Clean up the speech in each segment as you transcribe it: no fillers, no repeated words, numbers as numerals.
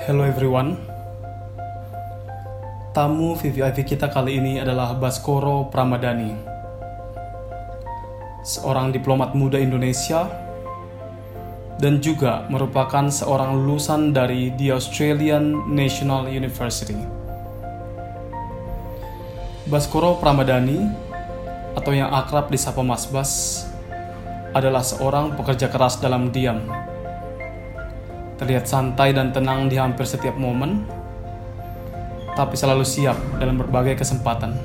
Hello everyone. Tamu VVIP kita kali ini adalah Baskoro Pramadani, seorang diplomat muda Indonesia dan juga merupakan seorang lulusan dari The Australian National University. Baskoro Pramadani, atau yang akrab disapa Mas Bas, adalah seorang pekerja keras dalam diam. Terlihat santai dan tenang di hampir setiap momen, tapi selalu siap dalam berbagai kesempatan.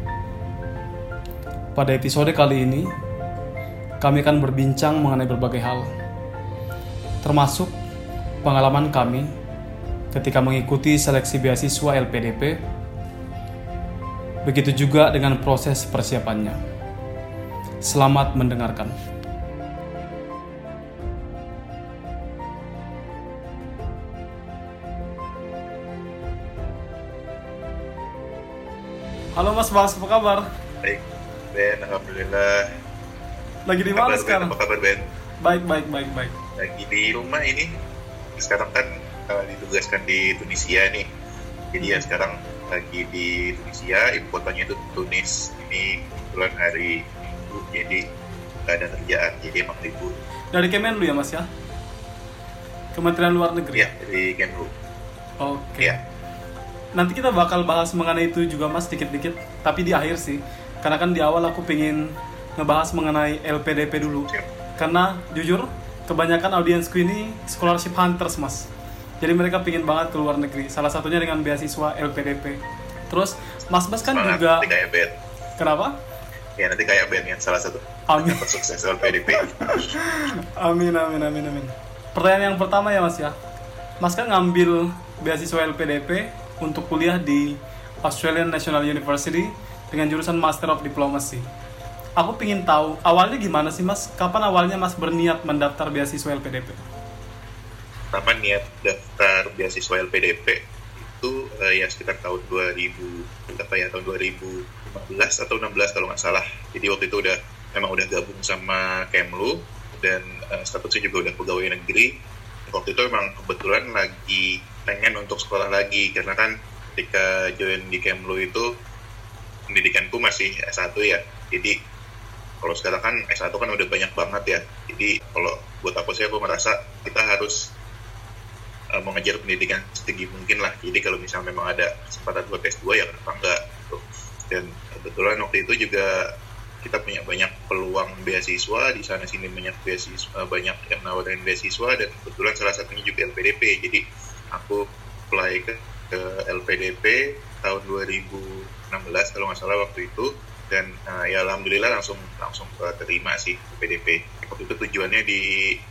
Pada episode kali ini, kami akan berbincang mengenai berbagai hal, termasuk pengalaman kami ketika mengikuti seleksi beasiswa LPDP, begitu juga dengan proses persiapannya. Selamat mendengarkan. Halo Mas Bas, apa kabar? Baik, Ben, alhamdulillah. Lagi di mana sekarang? Apa kabar, Ben? Baik. Lagi di rumah ini. Sekarang kan ditugaskan di Tunisia nih. Jadi ya sekarang lagi di Tunisia, ibu kotanya itu Tunis. Ini kebetulan hari Minggu, jadi nggak ada kerjaan, jadi emang libur. Dari Kemenlu ya Mas ya? Kementerian Luar Negeri? Iya, dari Kemlu. Oke. Iya. Nanti kita bakal bahas mengenai itu juga Mas, dikit-dikit. Tapi di akhir sih. Karena kan di awal aku pengen ngebahas mengenai LPDP dulu. Siap. Karena jujur, kebanyakan audiensku ini scholarship hunters Mas. Jadi mereka pengen banget ke luar negeri. Salah satunya dengan beasiswa LPDP. Terus Mas Bas kan Semangat, juga... nanti kayak Ben. Kenapa? Ya nanti kayak Ben ya, salah satu. Amin. Sukses LPDP. Amin. Pertanyaan yang pertama ya Mas ya. Mas kan ngambil beasiswa LPDP untuk kuliah di Australian National University dengan jurusan Master of Diplomacy. Aku pengen tahu, awalnya gimana sih Mas? Kapan awalnya Mas berniat mendaftar beasiswa LPDP? Pertama niat daftar beasiswa LPDP itu ya sekitar tahun 2015 atau 16 kalau nggak salah. Jadi waktu itu memang udah gabung sama Kemlu dan statusnya juga udah pegawai negeri. Waktu itu memang kebetulan lagi pengen untuk sekolah lagi, karena kan ketika join di Kemlu itu pendidikanku masih S1 ya. Jadi kalau sekarang kan S1 kan udah banyak banget ya. Jadi kalau buat aku sih, aku merasa kita harus mengejar pendidikan setinggi mungkin lah. Jadi kalau misalnya memang ada kesempatan buat S2 ya kenapa enggak gitu. Dan kebetulan waktu itu juga kita punya banyak peluang beasiswa di sana sini, banyak yang nawarin beasiswa, dan kebetulan salah satunya juga LPDP. Jadi aku apply ke LPDP tahun 2016 kalau nggak salah waktu itu, dan ya alhamdulillah langsung terima sih LPDP. Waktu itu tujuannya di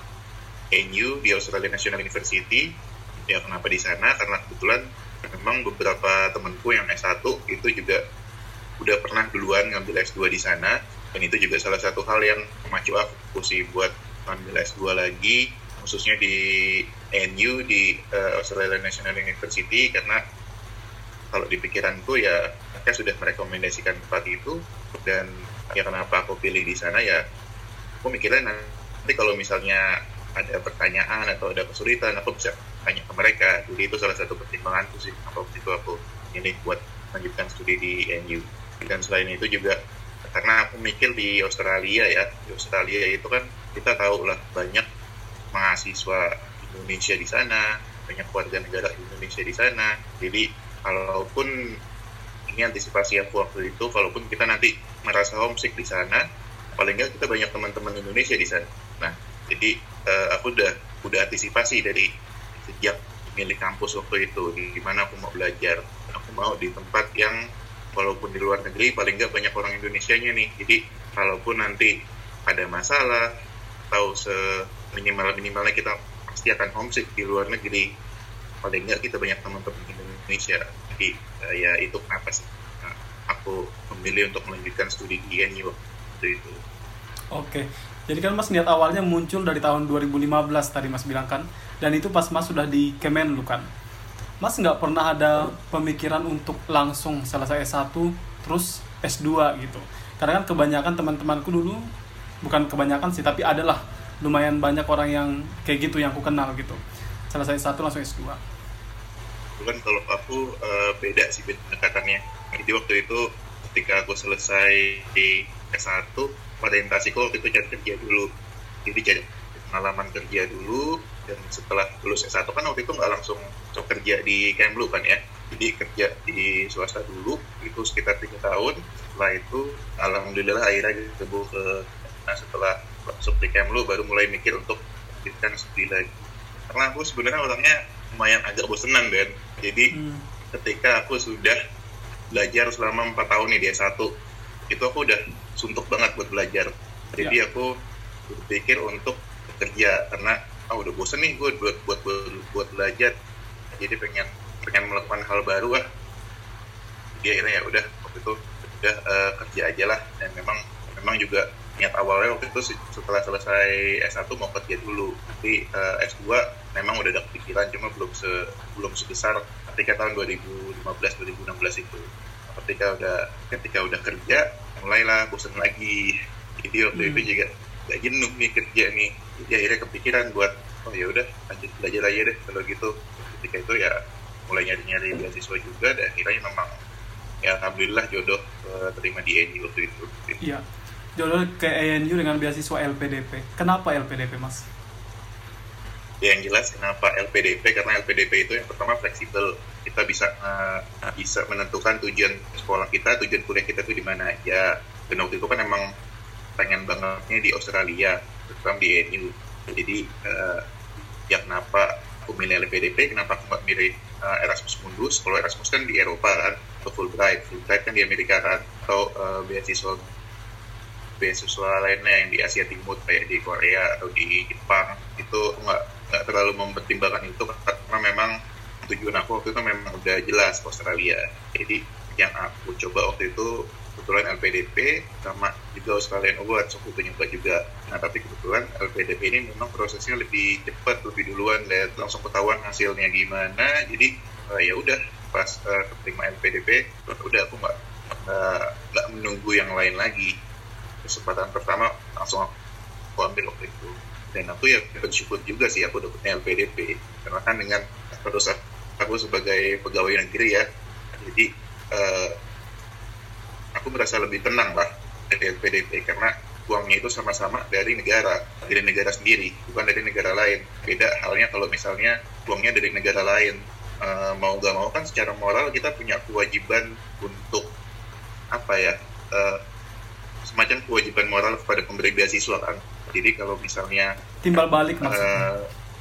ANU, di Australian National University. Ya kenapa di sana? Karena kebetulan memang beberapa temanku yang S1 itu juga udah pernah duluan ngambil S2 di sana, dan itu juga salah satu hal yang memacu aku sih buat ngambil S2 lagi, khususnya di ANU, di Australian National University, karena kalau di pikiranku ya mereka sudah merekomendasikan tempat itu, dan ya kenapa aku pilih di sana ya aku mikirnya nanti kalau misalnya ada pertanyaan atau ada kesulitan aku bisa tanya ke mereka. Jadi itu salah satu pertimbanganku sih waktu itu aku ini buat lanjutkan studi di ANU. Dan selain itu juga karena aku mikir di Australia itu kan kita tahu lah banyak mahasiswa Indonesia di sana, banyak warga negara Indonesia di sana. Jadi kalaupun ini antisipasi aku waktu itu, kalaupun kita nanti merasa homesick di sana, paling nggak kita banyak teman-teman Indonesia di sana. Nah, jadi aku udah antisipasi dari sejak milih kampus waktu itu, di mana aku mau belajar. Aku mau di tempat yang walaupun di luar negeri paling nggak banyak orang Indonesianya nih. Jadi kalaupun nanti ada masalah atau seminimalnya kita pasti akan homesick di luar negeri, paling nggak kita banyak teman-teman Indonesia. Jadi ya itu kenapa sih aku memilih untuk melanjutkan studi di ANU waktu itu. Oke, jadi kan Mas niat awalnya muncul dari tahun 2015 tadi Mas bilang kan, dan itu pas Mas sudah di Kemenlu kan. Mas nggak pernah ada pemikiran untuk langsung selesai S1 terus S2 gitu. Karena kan kebanyakan teman-temanku dulu, bukan kebanyakan sih, tapi adalah lumayan banyak orang yang kayak gitu yang aku kenal gitu. Selesai S1 langsung S2. Bukan kalau aku beda sih pendekatannya. Jadi waktu itu ketika aku selesai di S1, orientasiku waktu itu cari kerja dulu. Jadi cari pengalaman kerja dulu, dan setelah lulus S1 kan waktu itu nggak langsung kerja di Kemlu kan ya. Jadi kerja di swasta dulu, itu sekitar 3 tahun. Setelah itu, alhamdulillah akhirnya ketemu ke, nah setelah masuk di Kemlu baru mulai mikir untuk lanjutkan studi lagi. Karena aku sebenarnya orangnya lumayan agak bosenan Dan. Jadi ketika aku sudah belajar selama 4 tahun nih di S1, itu aku udah suntuk banget buat belajar. Jadi aku berpikir untuk bekerja karena udah bosen nih gue buat belajar. Jadi pengen melakukan hal baru lah. Jadi akhirnya ya udah waktu itu udah kerja aja lah. Dan memang juga niat awalnya waktu itu setelah selesai S1 mau kerja dulu. Tapi S2 memang udah ada pikiran, cuma belum sebesar ketika tahun 2015-2016 itu. Ketika udah kerja mulailah bosan lagi. Jadi waktu itu juga gak jenuh nih kerja nih. Jadi akhirnya kepikiran buat ya udah lanjut belajar aja deh kalau gitu. Ketika itu ya mulai nyari beasiswa juga, dan akhirnya memang ya alhamdulillah jodoh terima di ANU waktu itu. Iya, jodoh ke ANU dengan beasiswa LPDP. Kenapa LPDP, Mas? Ya, yang jelas kenapa LPDP, karena LPDP itu yang pertama fleksibel. Kita bisa menentukan tujuan sekolah kita, tujuan kuliah kita itu di mana aja. Dan waktu itu kan emang pengen bangetnya di Australia, terutama di ANU. Jadi ya kenapa aku milih LPDP, kenapa aku nggak milih Erasmus Mundus? Kalau Erasmus kan di Eropa kan, atau Fulbright kan di Amerika kan, atau beasiswa lainnya yang di Asia Timur kayak di Korea atau di Jepang. Itu nggak terlalu mempertimbangkan itu karena memang tujuan aku waktu itu memang udah jelas Australia. Jadi yang aku coba waktu itu kebetulan LPDP sama juga Australian Awards, aku nyoba juga. Nah tapi kebetulan LPDP ini memang prosesnya lebih cepat, lebih duluan, dan langsung ketahuan hasilnya gimana. Jadi ya udah pas keterima LPDP, udah aku nggak menunggu yang lain lagi. Kesempatan pertama langsung aku ambil waktu itu. Dan aku ya bersyukur juga sih aku dapetnya LPDP, karena kan dengan status aku sebagai pegawai negeri ya, jadi aku merasa lebih tenang lah dari LPDP, karena uangnya itu sama-sama dari negara sendiri, bukan dari negara lain. Beda halnya kalau misalnya uangnya dari negara lain, mau gak mau kan secara moral kita punya kewajiban untuk semacam kewajiban moral kepada pemberi beasiswa kan. Jadi kalau misalnya timbal balik maksudnya.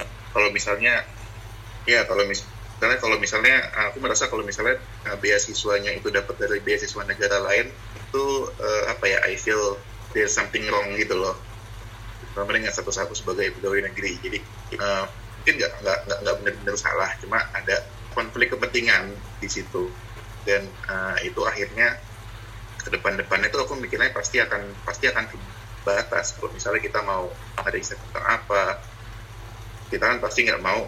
Kalau misalnya aku merasa kalau misalnya beasiswanya itu dapat dari beasiswa negara lain, itu I feel there's something wrong gitu loh. Terutama dengan status aku sebagai pegawai negeri. Jadi mungkin nggak benar-benar salah, cuma ada konflik kepentingan di situ. Dan itu akhirnya ke depannya itu aku mikirnya pasti akan batas. Kalau misalnya kita mau riset tentang apa, kita kan pasti nggak mau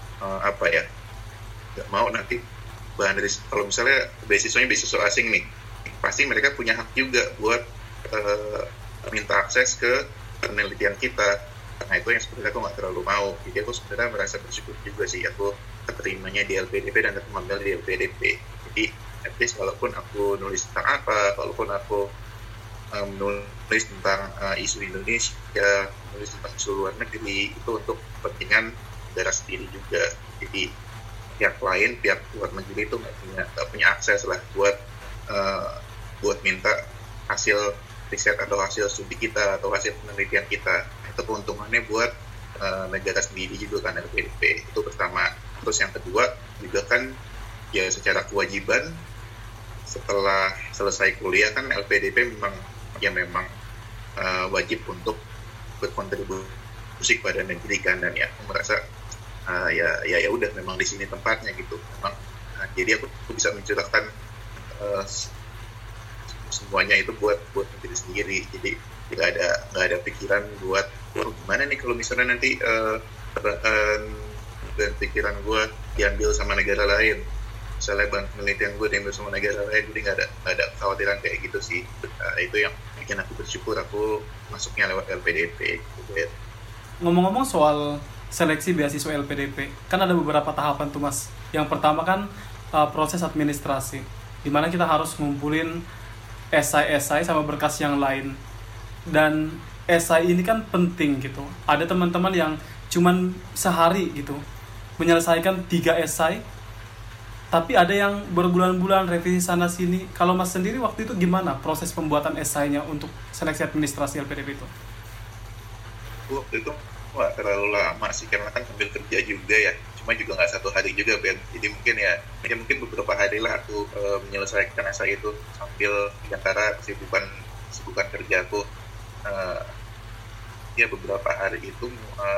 nggak mau nanti bahan riset. Kalau misalnya beasiswanya beasiswa asing nih, pasti mereka punya hak juga buat minta akses ke penelitian kita. Nah itu yang sebenarnya aku nggak terlalu mau. Jadi aku sebenarnya merasa bersyukur juga sih aku keterimanya di LPDP dan aku mengambil di LPDP. Jadi at least walaupun aku nulis tentang apa, walaupun aku menulis tentang isu Indonesia, menulis tentang isu luar negeri, itu untuk kepentingan negara sendiri juga. Jadi pihak luar negeri itu nggak punya akses lah buat minta hasil riset atau hasil studi kita atau hasil penelitian kita. Itu keuntungannya buat negara sendiri juga kan LPDP. Itu pertama. Terus yang kedua juga kan ya secara kewajiban setelah selesai kuliah kan LPDP memang wajib untuk berkontribusi kepada negeri kan. Dan ya aku merasa ya udah memang di sini tempatnya gitu memang. Jadi aku bisa mencurahkan semuanya itu buat negeri sendiri. Jadi nggak ada pikiran buat gimana nih kalau misalnya nanti dan pikiran gue diambil sama negara lain, misalnya bahan penelitian gue diambil sama negara lain. Jadi nggak ada kekhawatiran kayak gitu sih. Itu yang bikin aku bersyukur aku masuknya lewat LPDP gitu ya. Ngomong-ngomong soal seleksi beasiswa LPDP, kan ada beberapa tahapan tuh Mas. Yang pertama kan proses administrasi, dimana kita harus ngumpulin esai sama berkas yang lain. Dan esai ini kan penting gitu. Ada teman-teman yang cuman sehari gitu menyelesaikan 3 esai, tapi ada yang berbulan-bulan revisi sana sini. Kalau Mas sendiri waktu itu gimana proses pembuatan esainya untuk seleksi administrasi LPDP itu? Waktu itu nggak terlalu lama sih, karena kan sambil kerja juga ya, cuma juga nggak 1 hari juga Ben. Jadi mungkin beberapa hari lah aku menyelesaikan esai itu sambil di antara kesibukan kerja aku. Ya beberapa hari itu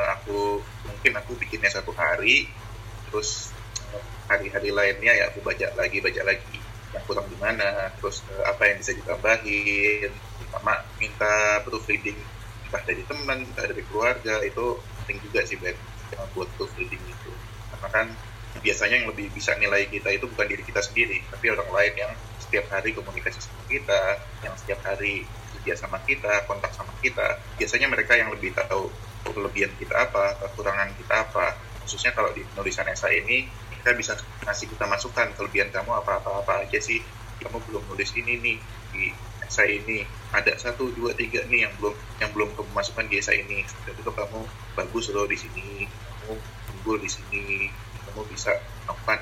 aku bikinnya 1 hari, terus hari-hari lainnya ya aku baca lagi yang kurang gimana, terus apa yang bisa ditambahin, sama minta proofreading entah dari teman, entah dari keluarga. Itu penting juga sih Ben, buat proofreading itu, karena kan biasanya yang lebih bisa nilai kita itu bukan diri kita sendiri, tapi orang lain yang setiap hari komunikasi sama kita, yang setiap hari kerja sama kita, kontak sama kita. Biasanya mereka yang lebih tahu kelebihan kita apa, kekurangan kita apa. Khususnya kalau di penulisan esai ini, kita bisa ngasih kita masukan, kelebihan kamu apa aja sih, kamu belum nulis ini nih di esai ini, ada 1, 2, 3 nih yang belum kamu masukkan di esai ini. Dan itu kamu bagus loh di sini, kamu unggul di sini, kamu bisa melakukan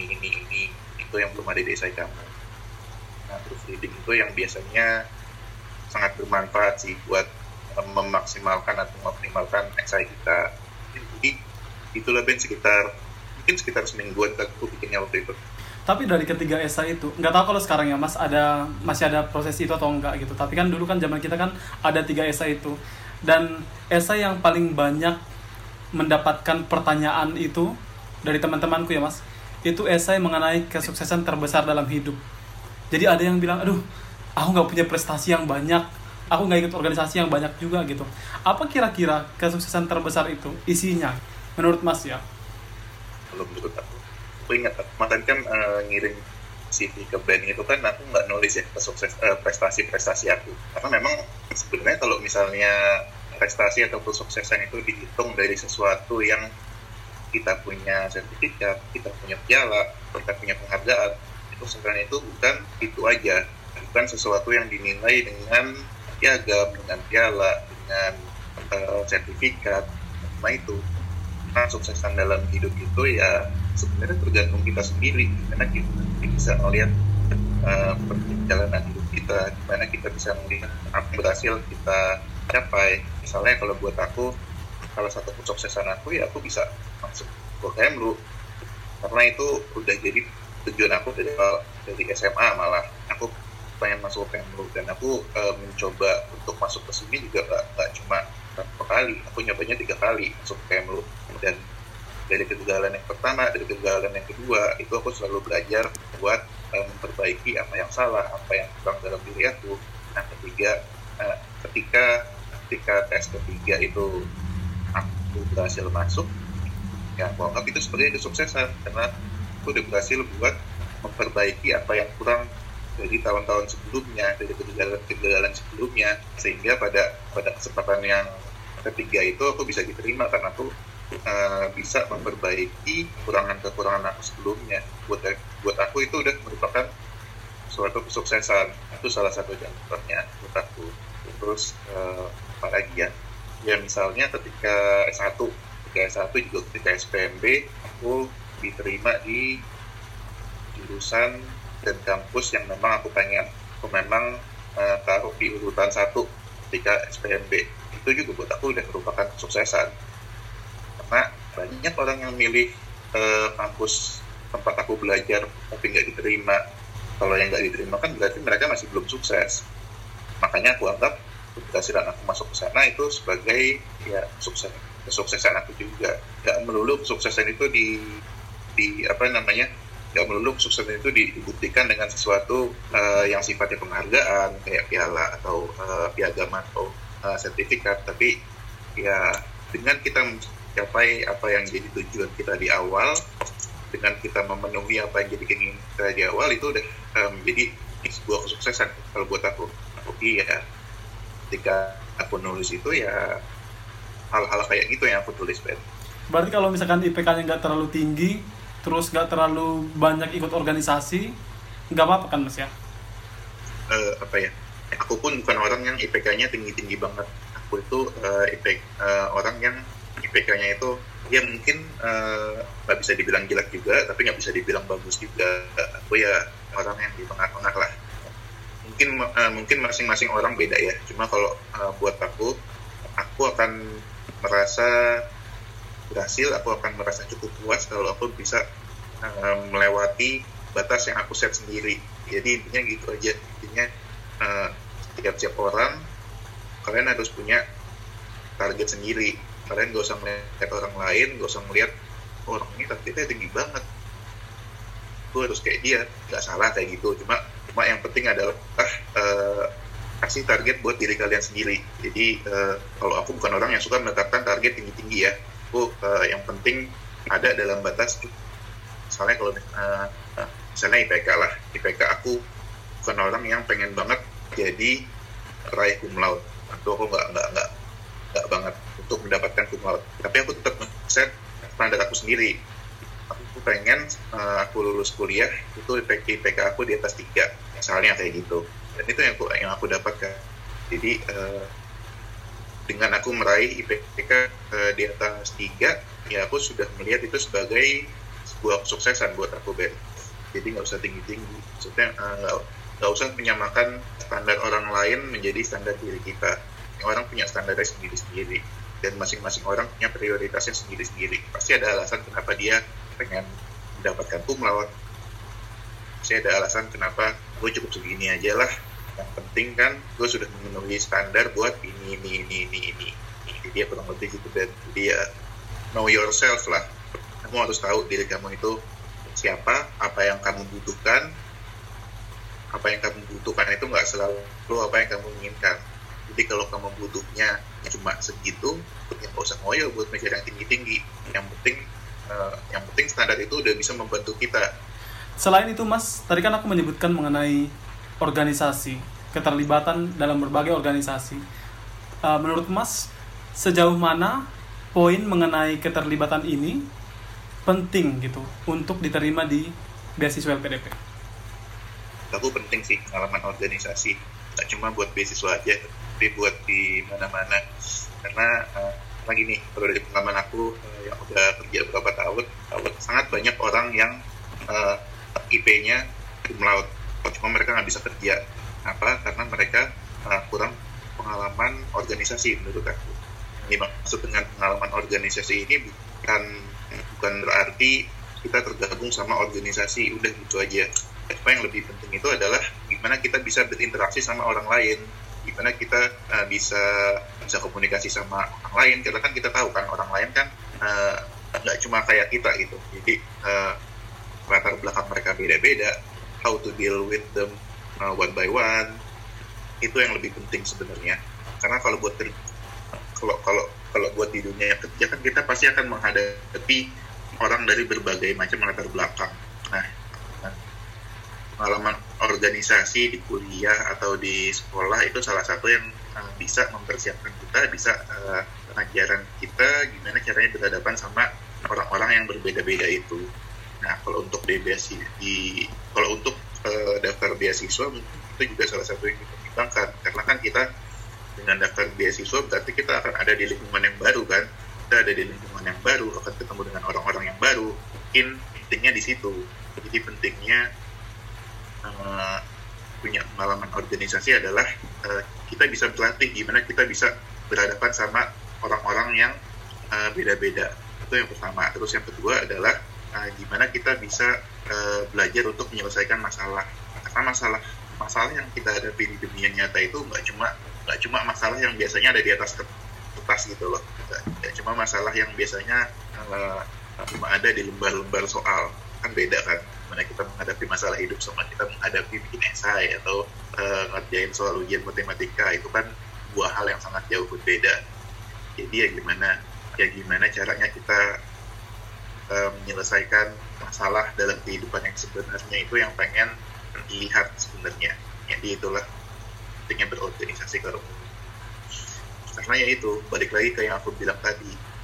ini itu yang belum ada di esai kamu. Nah, proofreading itu yang biasanya sangat bermanfaat sih buat memaksimalkan atau mengoptimalkan esai kita. Jadi itulah Ben, sekitar semingguan aku bikinnya waktu itu. Tapi dari ketiga esai itu, nggak tahu kalau sekarang ya Mas masih ada proses itu atau enggak gitu. Tapi kan dulu kan zaman kita kan ada 3 esai itu. Dan esai yang paling banyak mendapatkan pertanyaan itu dari teman-temanku ya Mas, itu esai mengenai kesuksesan terbesar dalam hidup. Jadi ada yang bilang, aduh, aku nggak punya prestasi yang banyak, aku nggak ikut organisasi yang banyak juga gitu. Apa kira-kira kesuksesan terbesar itu isinya menurut Mas ya? Kalau menurut aku ingat kemarin kan ngirim CV ke band itu kan aku nggak nulis ya prestasi aku, karena memang sebenarnya kalau misalnya prestasi atau kesuksesan itu dihitung dari sesuatu yang kita punya sertifikat, kita punya piala, kita punya penghargaan, itu sebenarnya itu bukan itu aja, bukan sesuatu yang dinilai dengan piagam, dengan piala, dengan sertifikat. Nah itu, nah suksesan dalam hidup itu ya sebenarnya tergantung kita sendiri, karena kita bisa melihat perjalanan hidup kita, gimana kita bisa melihat apa yang berhasil kita capai. Misalnya kalau buat aku, salah satu kesuksesan aku ya aku bisa masuk ke Kemlu, karena itu udah jadi tujuan aku dari SMA. Malah aku pengen masuk ke Kemlu, dan aku mencoba untuk masuk ke sini juga gak cuma 1 kali, aku nyobanya 3 kali masuk ke Kemlu. Dan dari kegagalan yang pertama, dari kegagalan yang kedua, itu aku selalu belajar buat memperbaiki apa yang salah, apa yang kurang dalam diri aku. Nah ketika tes ketiga itu aku berhasil masuk, ya aku anggap itu sebagai kesuksesan, karena aku udah berhasil buat memperbaiki apa yang kurang dari tahun-tahun sebelumnya, dari kegagalan sebelumnya, sehingga pada kesempatan yang ketiga itu aku bisa diterima karena aku bisa memperbaiki kekurangan aku sebelumnya. Buat aku itu udah merupakan suatu kesuksesan. Itu salah satu contohnya buat aku. Terus apa lagi ya misalnya ketika S1 juga, ketika SPMB aku diterima di jurusan dan kampus yang memang aku memang taruh di urutan 1 ketika SPMB. Itu juga buat aku udah merupakan kesuksesan, karena banyak orang yang milih kampus tempat aku belajar tapi nggak diterima. Kalau yang nggak diterima kan berarti mereka masih belum sukses. Makanya aku anggap keberhasilan aku masuk ke sana itu sebagai ya kesuksesan aku juga. Nggak melulu kesuksesan itu nggak melulu kesuksesan itu dibuktikan dengan sesuatu yang sifatnya penghargaan kayak piala atau piagam atau sertifikat, tapi ya dengan kita mencapai apa yang jadi tujuan kita di awal, dengan kita memenuhi apa yang jadi keinginan kita di awal, itu udah menjadi sebuah kesuksesan kalau buat aku. Tapi ya ketika aku nulis itu ya hal-hal kayak gitu yang aku tulis, Ben. Berarti kalau misalkan IPK-nya nggak terlalu tinggi, terus gak terlalu banyak ikut organisasi, nggak apa-apa kan Mas ya? Apa ya, aku pun bukan orang yang IPK-nya tinggi-tinggi banget. Aku itu orang yang IPK-nya itu ya mungkin nggak bisa dibilang jelek juga, tapi nggak bisa dibilang bagus juga. Aku ya orang yang di tengah-tengah lah. Mungkin masing-masing orang beda ya. Cuma kalau buat aku akan merasa berhasil, aku akan merasa cukup puas kalau aku bisa melewati batas yang aku set sendiri. Jadi intinya gitu aja. Intinya setiap orang, kalian harus punya target sendiri. Kalian gak usah melihat orang lain, gak usah melihat orang ini targetnya tinggi banget, gue harus kayak dia. Gak salah kayak gitu, cuma yang penting adalah kasih target buat diri kalian sendiri. Jadi kalau aku bukan orang yang suka menetapkan target tinggi-tinggi ya. Aku yang penting ada dalam batas. Misalnya kalau misalnya IPK lah, IPK aku bukan orang yang pengen banget jadi raih cum laude. Itu aku nggak banget untuk mendapatkan cum laude. Tapi aku tetap set standar aku sendiri. Aku pengen aku lulus kuliah itu IPK aku di atas 3, misalnya kayak gitu. Dan itu yang aku dapatkan. Jadi dengan aku meraih IPK di atas 3, ya aku sudah melihat itu sebagai sebuah kesuksesan buat aku, Ben. Jadi nggak usah tinggi-tinggi. Maksudnya nggak usah menyamakan standar orang lain menjadi standar diri kita. Orang punya standarnya sendiri-sendiri, dan masing-masing orang punya prioritasnya sendiri-sendiri. Pasti ada alasan kenapa dia pengen mendapatkan cum laude. Pasti ada alasan kenapa gue cukup segini aja lah. Yang penting kan gue sudah memenuhi standar buat ini. Jadi dia kurang lebih gitu. Dan dia know yourself lah. Kamu harus tahu diri kamu itu siapa, apa yang kamu butuhkan. Apa yang kamu butuhkan itu nggak selalu apa yang kamu inginkan. Jadi kalau kamu butuhnya cuma segitu, ya nggak usah ngoyo buat mikir yang tinggi-tinggi. Yang penting standar itu udah bisa membantu kita. Selain itu Mas, tadi kan aku menyebutkan mengenai organisasi, keterlibatan dalam berbagai organisasi. Menurut Mas, sejauh mana poin mengenai keterlibatan ini penting gitu untuk diterima di beasiswa LPDP? Aku penting sih pengalaman organisasi, tak cuma buat beasiswa aja, tapi buat di mana-mana. Karena lagi nih, kalau dari pengalaman aku yang udah kerja beberapa tahun, sangat banyak orang yang IP-nya cum laude, cuma mereka nggak bisa kerja. Apa? Karena mereka kurang pengalaman organisasi menurut aku. Ini maksud dengan pengalaman organisasi ini bukan berarti kita tergabung sama organisasi, udah gitu aja. Cuma yang lebih penting itu adalah gimana kita bisa berinteraksi sama orang lain, gimana kita bisa komunikasi sama orang lain. Karena kan kita tahu kan orang lain kan nggak cuma kayak kita gitu. Jadi latar belakang mereka beda-beda, how to deal with them one by one, itu yang lebih penting sebenarnya. Karena kalau buat di dunia kerja kan kita pasti akan menghadapi orang dari berbagai macam latar belakang. Nah, pengalaman organisasi di kuliah atau di sekolah itu salah satu yang bisa mempersiapkan kita, bisa pengajaran kita gimana caranya berhadapan sama orang-orang yang berbeda-beda itu. Nah, kalau untuk daftar beasiswa itu juga salah satu yang dipertimbangkan, karena kan kita dengan daftar beasiswa berarti kita akan ada di lingkungan yang baru kan, kita ada di lingkungan yang baru, akan ketemu dengan orang-orang yang baru. Mungkin pentingnya di situ. Jadi pentingnya punya pengalaman organisasi adalah kita bisa berlatih gimana kita bisa berhadapan sama orang-orang yang beda-beda. Itu yang pertama. Terus yang kedua adalah gimana kita bisa belajar untuk menyelesaikan masalah. Karena masalah yang kita hadapi di dunia nyata itu nggak cuma masalah yang biasanya ada di atas kertas gitu loh. Nggak cuma masalah yang biasanya cuma ada di lembar-lembar soal. Kan beda kan, mana kita menghadapi masalah hidup sama kita menghadapi bikin esai atau ngerjain soal ujian matematika. Itu kan dua hal yang sangat jauh berbeda. Jadi ya gimana caranya kita menyelesaikan masalah dalam kehidupan yang sebenarnya, itu yang pengen dilihat sebenarnya. Jadi itulah pentingnya berorganisasi kalau karena ya itu balik lagi ke yang aku bilang tadi,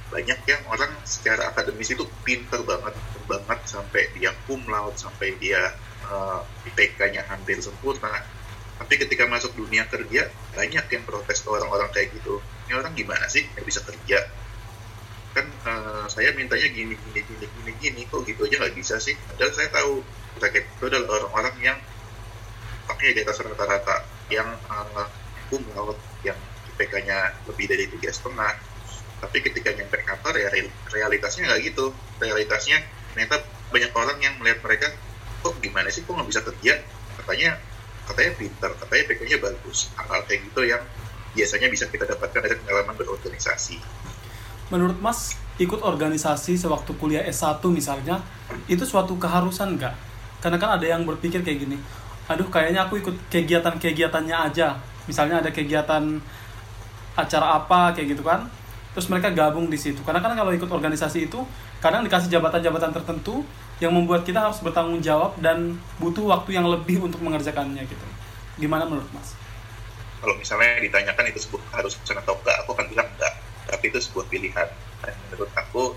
banyak yang orang secara akademis itu pinter banget sampai dia cum laude, sampai dia IPK-nya hampir sempurna. Tapi ketika masuk dunia kerja, banyak yang protes ke orang-orang kayak gitu. Ini orang gimana sih yang bisa kerja? Kan saya mintanya gini, kok gitu aja nggak bisa sih? Padahal saya tahu mereka itu adalah orang-orang yang pakai di atas rata-rata, yang cum laude, yang IPK-nya lebih dari 3,5. Tapi ketika nyampe kantor ya realitasnya nggak gitu. Realitasnya ternyata banyak orang yang melihat mereka, kok gimana sih, kok nggak bisa kerja? Katanya pintar, katanya IPK-nya bagus. Hal-hal kayak gitu yang biasanya bisa kita dapatkan dari pengalaman berorganisasi. Menurut Mas, ikut organisasi sewaktu kuliah S1 misalnya, itu suatu keharusan nggak? Karena kan ada yang berpikir kayak gini, aduh kayaknya aku ikut kegiatan-kegiatannya aja. Misalnya ada kegiatan acara apa kayak gitu kan, terus mereka gabung di situ. Karena kan kalau ikut organisasi itu kadang dikasih jabatan-jabatan tertentu yang membuat kita harus bertanggung jawab dan butuh waktu yang lebih untuk mengerjakannya gitu. Gimana menurut Mas? Kalau misalnya ditanyakan itu sebuah keharusan atau enggak, aku akan bilang enggak. Tapi itu sebuah pilihan. Dan menurut aku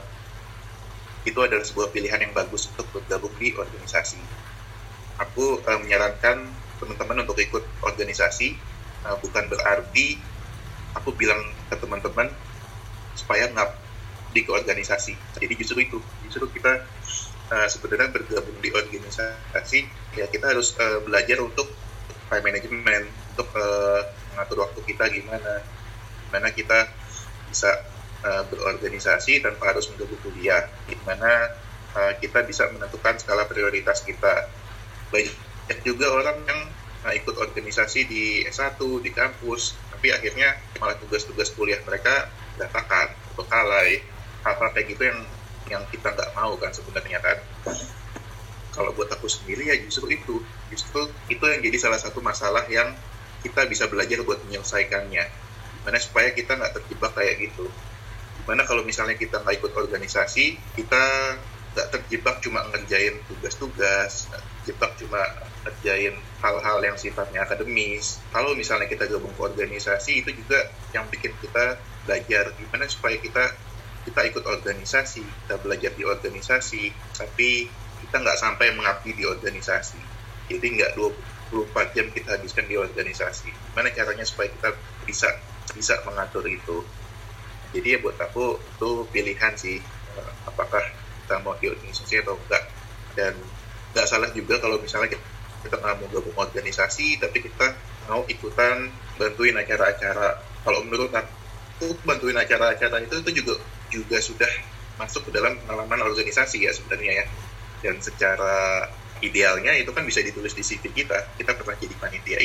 itu adalah sebuah pilihan yang bagus untuk bergabung di organisasi. Aku menyarankan teman-teman untuk ikut organisasi, bukan berarti aku bilang ke teman-teman supaya nggak di organisasi. Jadi justru kita sebenarnya bergabung di organisasi, ya kita harus belajar untuk time management, untuk mengatur waktu kita gimana kita bisa berorganisasi tanpa harus menggabung kuliah, gimana kita bisa menentukan skala prioritas kita. Banyak juga orang yang ikut organisasi di S1, di kampus, tapi akhirnya malah tugas-tugas kuliah mereka berantakan, berkalai, hal-hal kayak gitu yang kita nggak mau kan sebenarnya kan. Kalau buat aku sendiri ya justru itu yang jadi salah satu masalah yang kita bisa belajar buat menyelesaikannya. Gimana supaya kita nggak terjebak kayak gitu. Gimana kalau misalnya kita nggak ikut organisasi, kita nggak terjebak cuma ngerjain tugas-tugas, terjebak cuma ngerjain hal-hal yang sifatnya akademis. Kalau misalnya kita gabung ke organisasi, itu juga yang bikin kita belajar gimana supaya kita ikut organisasi, kita belajar di organisasi, tapi kita nggak sampai mengabdi di organisasi. Jadi nggak 24 jam kita habiskan di organisasi. Gimana caranya supaya kita bisa mengatur itu. Jadi ya buat aku itu pilihan sih, apakah kita mau di organisasi atau enggak. Dan nggak salah juga kalau misalnya kita nggak mau gabung organisasi, tapi kita mau ikutan bantuin acara-acara. Kalau menurut aku bantuin acara-acara itu juga sudah masuk ke dalam pengalaman organisasi ya sebenarnya ya. Dan secara idealnya itu kan bisa ditulis di CV kita pernah jadi panitia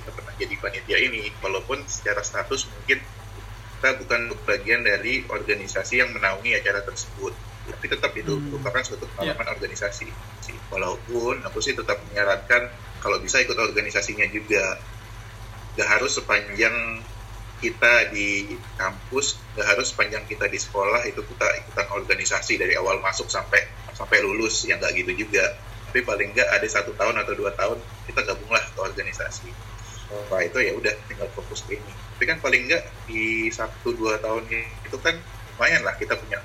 ini, walaupun secara status mungkin kita bukan bagian dari organisasi yang menaungi acara tersebut, tapi tetap itu merupakan suatu pengalaman organisasi. Walaupun aku sih tetap menyarankan kalau bisa ikut organisasinya juga, gak harus sepanjang kita di kampus, gak harus sepanjang kita di sekolah itu kita ikutan organisasi dari awal masuk sampai lulus, ya nggak gitu juga. Tapi paling nggak ada 1 tahun atau 2 tahun kita gabunglah ke organisasi. Wah itu ya udah tinggal fokus ke ini. Tapi kan paling nggak di 1-2 tahun itu kan lumayan lah kita punya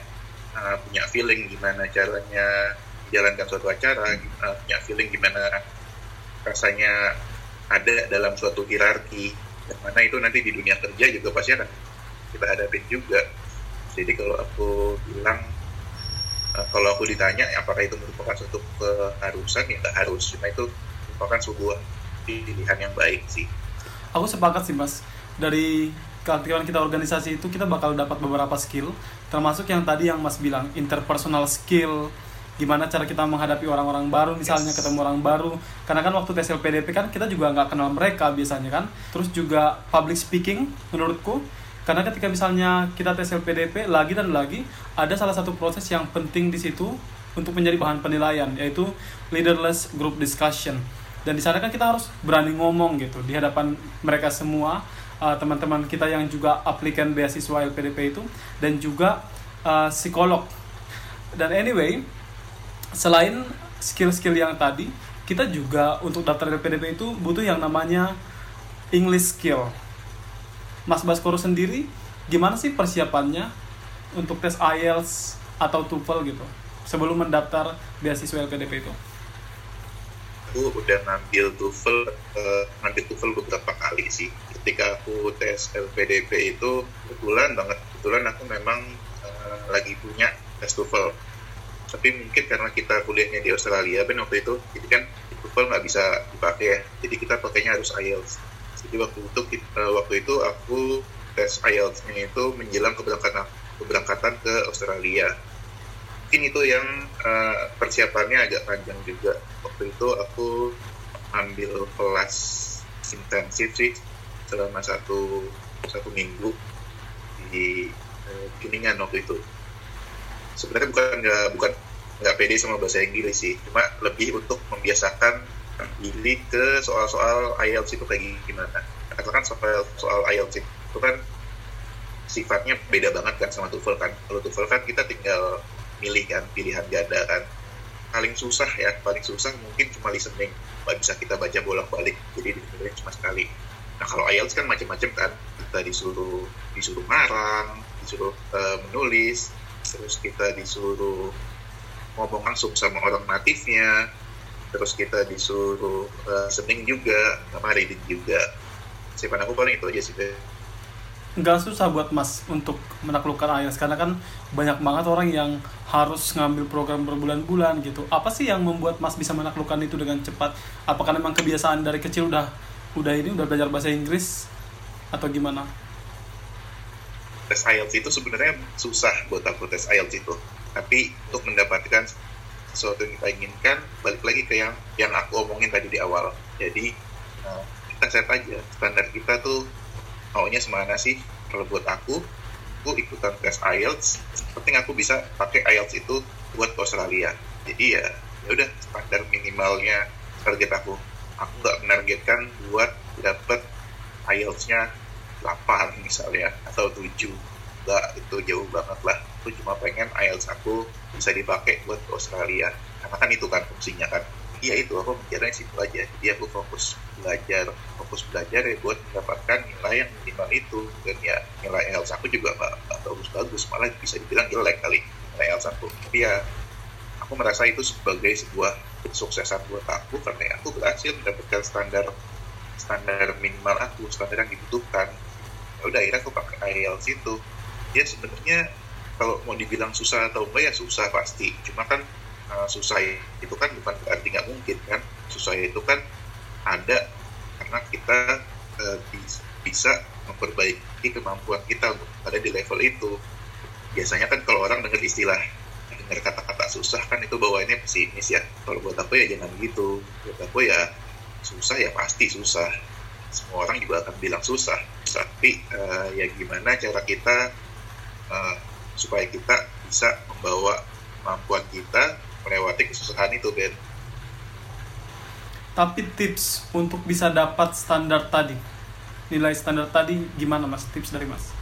feeling gimana caranya menjalankan suatu acara, punya feeling gimana rasanya ada dalam suatu hierarki, yang mana itu nanti di dunia kerja juga pasti akan kita hadapin juga. Jadi kalau aku bilang, kalau aku ditanya apakah itu merupakan suatu keharusan, ya nggak harus, cuma itu merupakan sebuah pilihan yang baik sih. Aku sepakat sih Mas, dari keaktifan kita organisasi itu kita bakal dapat beberapa skill, termasuk yang tadi yang Mas bilang, interpersonal skill, gimana cara kita menghadapi orang-orang baru, misalnya ketemu orang baru, karena kan waktu tes LPDP kan kita juga nggak kenal mereka biasanya kan. Terus juga public speaking menurutku, karena ketika misalnya kita tes LPDP lagi dan lagi, ada salah satu proses yang penting di situ untuk menjadi bahan penilaian, yaitu leaderless group discussion. Dan di sana kan kita harus berani ngomong gitu di hadapan mereka semua, teman-teman kita yang juga aplikan beasiswa LPDP itu, dan juga psikolog. Dan anyway, selain skill-skill yang tadi, kita juga untuk daftar LPDP itu butuh yang namanya English skill. Mas Baskoro sendiri, gimana sih persiapannya untuk tes IELTS atau TOEFL gitu sebelum mendaftar beasiswa LPDP itu? Aku udah ngambil TOEFL beberapa kali sih. Ketika aku tes LPDP itu kebetulan aku memang lagi punya tes TOEFL. Tapi mungkin karena kita kuliahnya di Australia Ben waktu itu, jadi kan TOEFL nggak bisa dipakai ya. Jadi kita pakainya harus IELTS. Jadi waktu itu aku tes IELTS-nya itu menjelang keberangkatan ke Australia. Mungkin itu yang persiapannya agak panjang juga. Waktu itu aku ambil kelas intensif sih selama satu minggu di Kuningan waktu itu. Sebenarnya bukan nggak pede sama bahasa Inggris sih, cuma lebih untuk membiasakan diri ke soal-soal IELTS itu kayak gimana. Katakan soal IELTS itu kan sifatnya beda banget kan sama TOEFL kan. Kalau TOEFL kan kita tinggal milih kan, pilihan ganda kan. Paling susah mungkin cuma listening, nggak bisa kita baca bolak-balik, jadi dengerin cuma sekali. Nah kalau IELTS kan macam-macam kan, kita disuruh ngarang, disuruh menulis, terus kita disuruh ngomong langsung sama orang natifnya, terus kita disuruh listening juga, sama reading juga. Siapa aku paling itu aja sih. Nggak susah buat Mas untuk menaklukkan IELTS karena kan banyak banget orang yang harus ngambil program berbulan-bulan gitu. Apa sih yang membuat Mas bisa menaklukkan itu dengan cepat? Apakah memang kebiasaan dari kecil udah belajar bahasa Inggris atau gimana? Tes IELTS itu sebenarnya susah buat aku tes IELTS itu. Tapi untuk mendapatkan sesuatu yang kita inginkan, balik lagi ke yang aku omongin tadi di awal. Jadi kita set aja standar kita tuh maunya semana sih. Kalau buat aku ikutan tes IELTS, penting aku bisa pakai IELTS itu buat Australia. Jadi ya udah standar minimalnya target aku nggak menargetkan buat dapet IELTS-nya 8 misalnya atau 7, nggak, itu jauh banget lah. Aku cuma pengen IELTS aku bisa dipakai buat Australia, karena kan itu kan fungsinya kan. Iya itu, aku mikirnya situ aja. Jadi aku fokus belajar ya buat mendapatkan nilai yang minimal itu. Dan ya nilai IELTS aku juga nggak bagus-bagus, malah bisa dibilang jelek kali nilai IELTS aku. Tapi ya aku merasa itu sebagai sebuah kesuksesan buat aku, karena aku berhasil mendapatkan standar minimal aku, standar yang dibutuhkan. Ya udah, akhirnya aku pakai IELTS itu. Ya sebenarnya kalau mau dibilang susah atau enggak ya susah pasti. Cuma kan susah itu kan bukan berarti nggak mungkin kan. Susah itu kan ada karena kita bisa memperbaiki kemampuan kita ada di level itu. Biasanya kan kalau orang dengar kata-kata susah kan itu bawaannya pesimis ya. Kalau buat aku ya jangan gitu. Buat aku ya susah ya pasti susah. Semua orang juga akan bilang susah. Tapi ya gimana cara kita supaya kita bisa membawa kemampuan kita melewati kesusahan itu, Ben. Tapi tips untuk bisa dapat standar tadi, nilai standar tadi gimana Mas? Tips dari Mas?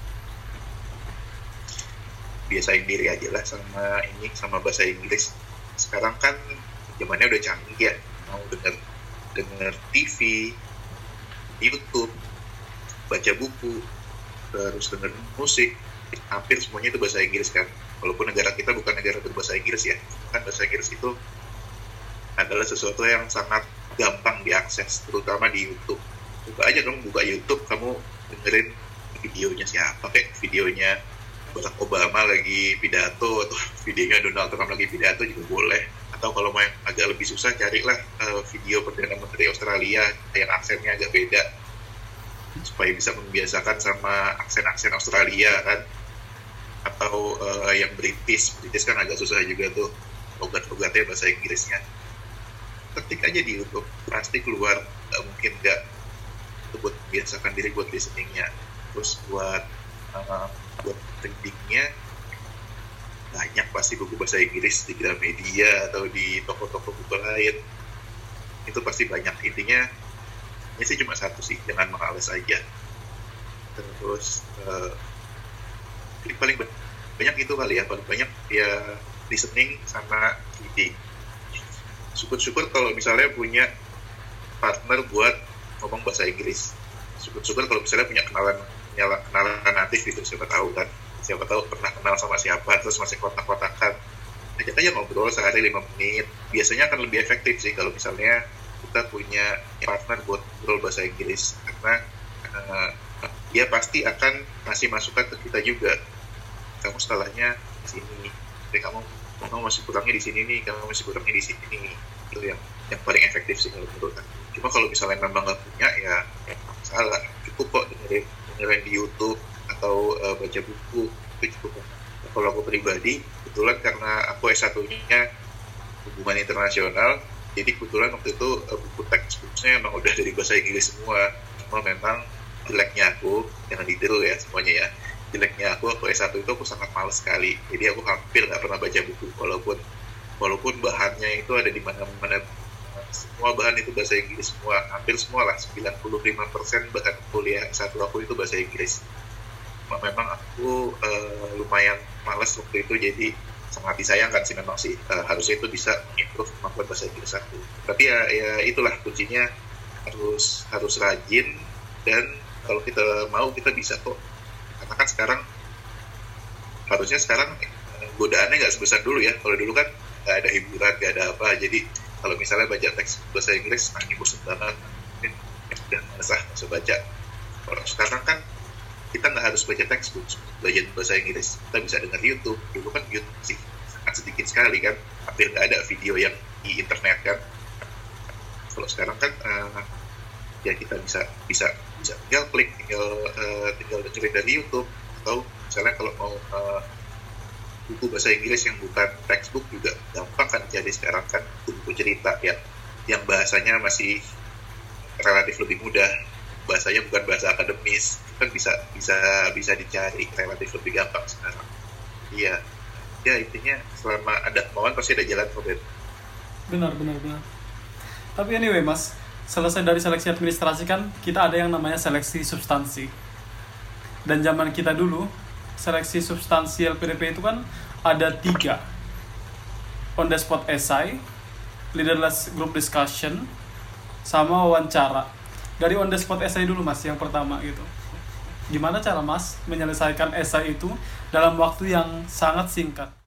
Biasain diri aja lah sama bahasa Inggris. Sekarang kan zamannya udah canggih ya. Mau denger TV, YouTube, baca buku, terus denger musik, hampir semuanya itu bahasa Inggris kan. Walaupun negara kita bukan negara berbahasa Inggris ya, kan bahasa Inggris itu adalah sesuatu yang sangat gampang diakses, terutama di YouTube. Coba aja kamu buka YouTube, kamu dengerin videonya siapa, kayak videonya Barack Obama lagi pidato, atau videonya Donald Trump lagi pidato juga boleh. Atau kalau mau yang agak lebih susah, carilah video Perdana Menteri Australia yang aksennya agak beda, supaya bisa membiasakan sama aksen-aksen Australia kan. Atau yang British kan agak susah juga tuh logat-logatnya bahasa Inggrisnya. Ketik aja di YouTube, pasti keluar. Nggak mungkin nggak. Itu buat biasakan diri buat listeningnya. Terus buat readingnya banyak pasti buku bahasa Inggris di Gramedia atau di toko-toko buku lain. Itu pasti banyak. Intinya ini sih cuma satu sih, jangan males aja. Terus paling banyak itu kali ya, paling banyak ya listening sama reading. Syukur-syukur kalau misalnya punya partner buat ngomong bahasa Inggris. Syukur-syukur kalau misalnya punya kenalan natif gitu, siapa tahu kan siapa tahu pernah kenal sama siapa terus masih kontak-kontakan, ajak aja ngobrol sehari 5 menit. Biasanya akan lebih efektif sih kalau misalnya kita punya partner buat ngobrol bahasa Inggris, karena dia pasti akan ngasih masukan ke kita juga. Kamu salahnya di sini, kamu masih kurangnya di sini nih, kamu masih kurangnya di sini nih. Itu yang paling efektif sih kalau menurut aku. Cuma kalau misalnya memang nggak punya ya salah, cukup kok dengerin di YouTube atau baca buku, itu cukup. Kalau aku pribadi, kebetulan karena aku S1-nya hubungan internasional, jadi kebetulan waktu itu buku textbook-nya emang udah dari bahasa Inggris semua. Cuma memang jeleknya aku, jangan ditiru ya semuanya ya, jeleknya aku waktu S1 itu aku sangat malas sekali. Jadi aku hampir nggak pernah baca buku, walaupun bahannya itu ada di mana-mana. Semua bahan itu bahasa Inggris semua, hampir semua lah, 95% bahkan kuliah S1 aku itu bahasa Inggris. Memang aku lumayan malas waktu itu, jadi sangat disayangkan sih memang sih, harusnya itu bisa improve kemampuan bahasa Inggris aku. Tapi ya itulah kuncinya, harus rajin, dan kalau kita mau kita bisa kok. Karena kan harusnya sekarang godaannya nggak sebesar dulu ya. Kalau dulu kan nggak ada hiburan, nggak ada apa, jadi kalau misalnya baca teks bahasa Inggris bosan banget, mungkin udah males usah baca. Kalau sekarang kan kita nggak harus baca textbook, belajar bahasa Inggris, kita bisa dengar YouTube. Dulu kan YouTube sih sangat sedikit sekali kan, hampir nggak ada video yang di internet kan. Kalau sekarang kan ya kita bisa tinggal klik, tinggal dengerin dari YouTube. Atau misalnya kalau mau buku bahasa Inggris yang bukan textbook juga gampang kan, jadi sekarang kan buku cerita yang bahasanya masih relatif lebih mudah, bahasanya bukan bahasa akademis, kan bisa dicari relatif lebih gampang sekarang. Iya, ya intinya selama ada kemauan pasti ada jalan, Robert. Benar. Tapi anyway Mas, selesai dari seleksi administrasi kan kita ada yang namanya seleksi substansi. Dan zaman kita dulu seleksi substansi LPDP itu kan ada 3, on the spot essay, leaderless group discussion, sama wawancara. Dari on the spot essay dulu Mas, yang pertama gitu. Gimana cara Mas menyelesaikan essay itu dalam waktu yang sangat singkat?